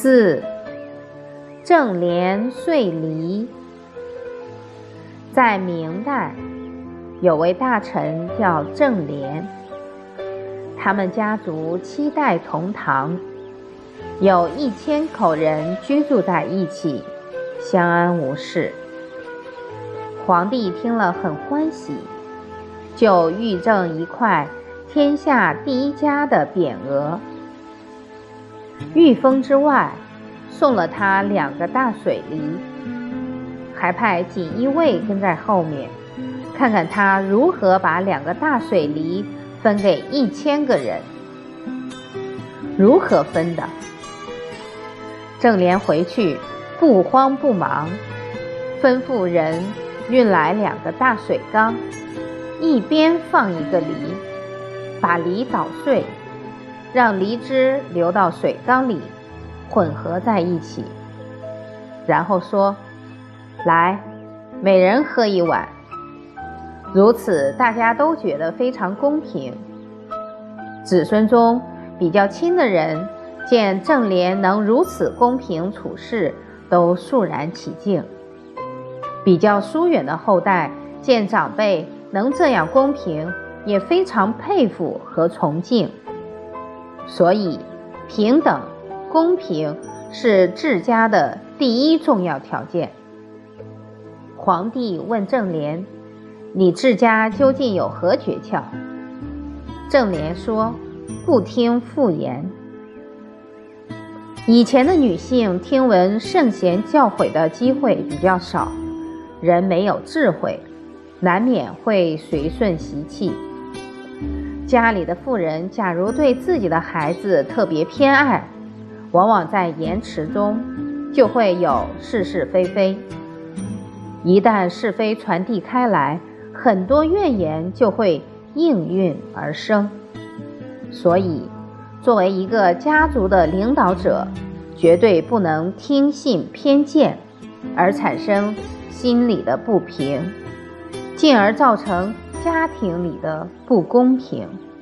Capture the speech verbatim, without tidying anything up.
四、正廉遂离。在明代，有位大臣叫正廉，他们家族七代同堂，有一千口人居住在一起，相安无事。皇帝听了很欢喜，就御赠一块天下第一家的匾额。御封之外，送了他两个大水梨，还派锦衣卫跟在后面，看看他如何把两个大水梨分给一千个人。如何分的？正廉回去不慌不忙，吩咐人运来两个大水缸，一边放一个梨，把梨捣碎，让梨汁流到水缸里，混合在一起，然后说：来，每人喝一碗。如此大家都觉得非常公平。子孙中比较亲的人见正廉能如此公平处事，都肃然起敬。比较疏远的后代见长辈能这样公平，也非常佩服和崇敬。所以平等公平是治家的第一重要条件。皇帝问正廉：你治家究竟有何诀窍？正廉说：不听妇言。以前的女性听闻圣贤教诲的机会比较少，人没有智慧，难免会随顺习气。家里的妇人假如对自己的孩子特别偏爱，往往在言辞中就会有是是非非。一旦是非传递开来，很多怨言就会应运而生。所以作为一个家族的领导者，绝对不能听信偏见，而产生心理的不平，进而造成家庭里的不公平。